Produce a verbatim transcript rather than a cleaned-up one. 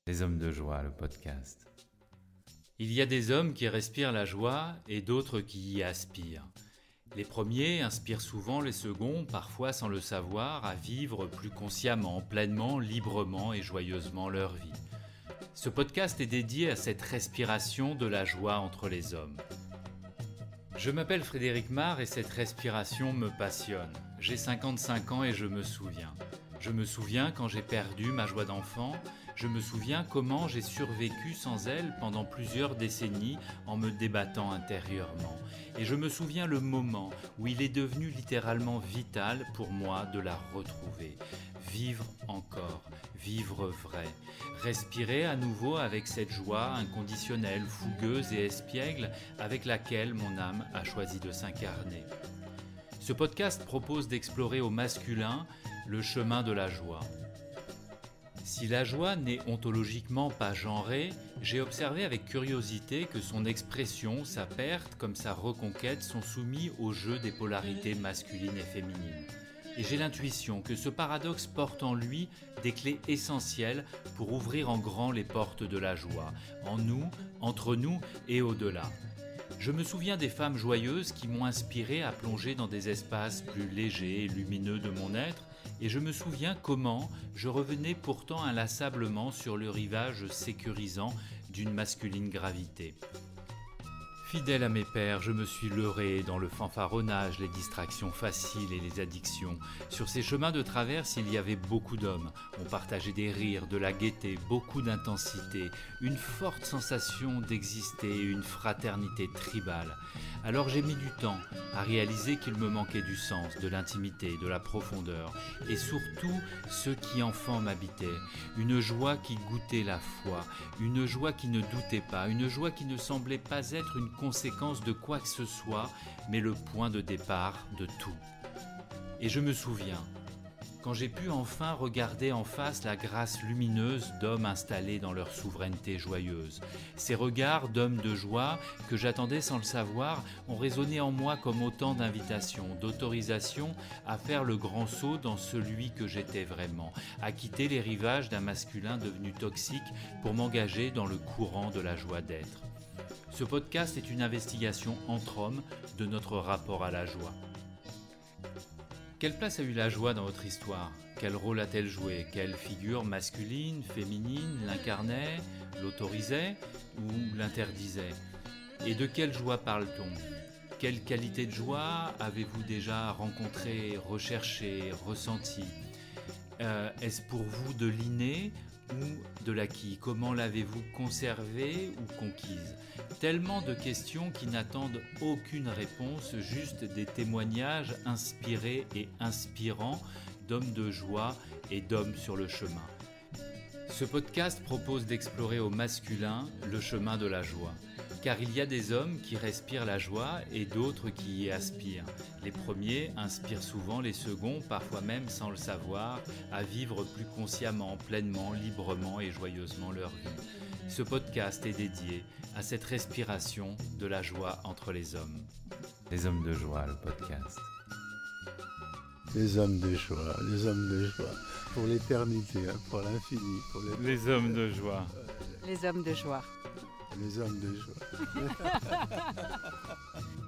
Les hommes de joie, le podcast. Il y a des hommes qui respirent la joie et d'autres qui y aspirent. Les premiers inspirent souvent les seconds, parfois sans le savoir, à vivre plus consciemment, pleinement, librement et joyeusement leur vie. Ce podcast est dédié à cette respiration de la joie entre les hommes. Je m'appelle Frédéric Marr et cette respiration me passionne. J'ai cinquante-cinq ans et je me souviens. Je me souviens quand j'ai perdu ma joie d'enfant. Je me souviens comment j'ai survécu sans elle pendant plusieurs décennies en me débattant intérieurement. Et je me souviens le moment où il est devenu littéralement vital pour moi de la retrouver. Vivre encore, vivre vrai. Respirer à nouveau avec cette joie inconditionnelle, fougueuse et espiègle avec laquelle mon âme a choisi de s'incarner. Ce podcast propose d'explorer au masculin le chemin de la joie. Si la joie n'est ontologiquement pas genrée, j'ai observé avec curiosité que son expression, sa perte comme sa reconquête sont soumis au jeu des polarités masculines et féminines. Et j'ai l'intuition que ce paradoxe porte en lui des clés essentielles pour ouvrir en grand les portes de la joie, en nous, entre nous et au-delà. Je me souviens des femmes joyeuses qui m'ont inspiré à plonger dans des espaces plus légers et lumineux de mon être, et je me souviens comment je revenais pourtant inlassablement sur le rivage sécurisant d'une masculine gravité. Fidèle à mes pères, je me suis leurré dans le fanfaronnage, les distractions faciles et les addictions. Sur ces chemins de traverse, il y avait beaucoup d'hommes. On partageait des rires, de la gaieté, beaucoup d'intensité, une forte sensation d'exister, une fraternité tribale. Alors j'ai mis du temps à réaliser qu'il me manquait du sens, de l'intimité, de la profondeur, et surtout ce qui enfant m'habitait. Une joie qui goûtait la foi, une joie qui ne doutait pas, une joie qui ne semblait pas être une conséquence de quoi que ce soit, mais le point de départ de tout. Et je me souviens, quand j'ai pu enfin regarder en face la grâce lumineuse d'hommes installés dans leur souveraineté joyeuse. Ces regards d'hommes de joie que j'attendais sans le savoir ont résonné en moi comme autant d'invitations, d'autorisations à faire le grand saut dans celui que j'étais vraiment, à quitter les rivages d'un masculin devenu toxique pour m'engager dans le courant de la joie d'être. Ce podcast est une investigation entre hommes de notre rapport à la joie. Quelle place a eu la joie dans votre histoire ? Quel rôle a-t-elle joué ? Quelle figure masculine, féminine l'incarnait, l'autorisait ou l'interdisait ? Et de quelle joie parle-t-on ? Quelle qualité de joie avez-vous déjà rencontrée, recherchée, ressentie ? euh, Est-ce pour vous de l'inné ou de l'acquis ? Comment l'avez-vous conservée ou conquise ? Tellement de questions qui n'attendent aucune réponse, juste des témoignages inspirés et inspirants d'hommes de joie et d'hommes sur le chemin. Ce podcast propose d'explorer au masculin le chemin de la joie. Car il y a des hommes qui respirent la joie et d'autres qui y aspirent. Les premiers inspirent souvent les seconds, parfois même sans le savoir, à vivre plus consciemment, pleinement, librement et joyeusement leur vie. Ce podcast est dédié à cette respiration de la joie entre les hommes. Les hommes de joie, le podcast. Les hommes de joie, les hommes de joie, pour l'éternité, hein, pour l'infini. Pour les hommes de joie. Les hommes de joie. Les hommes de joie.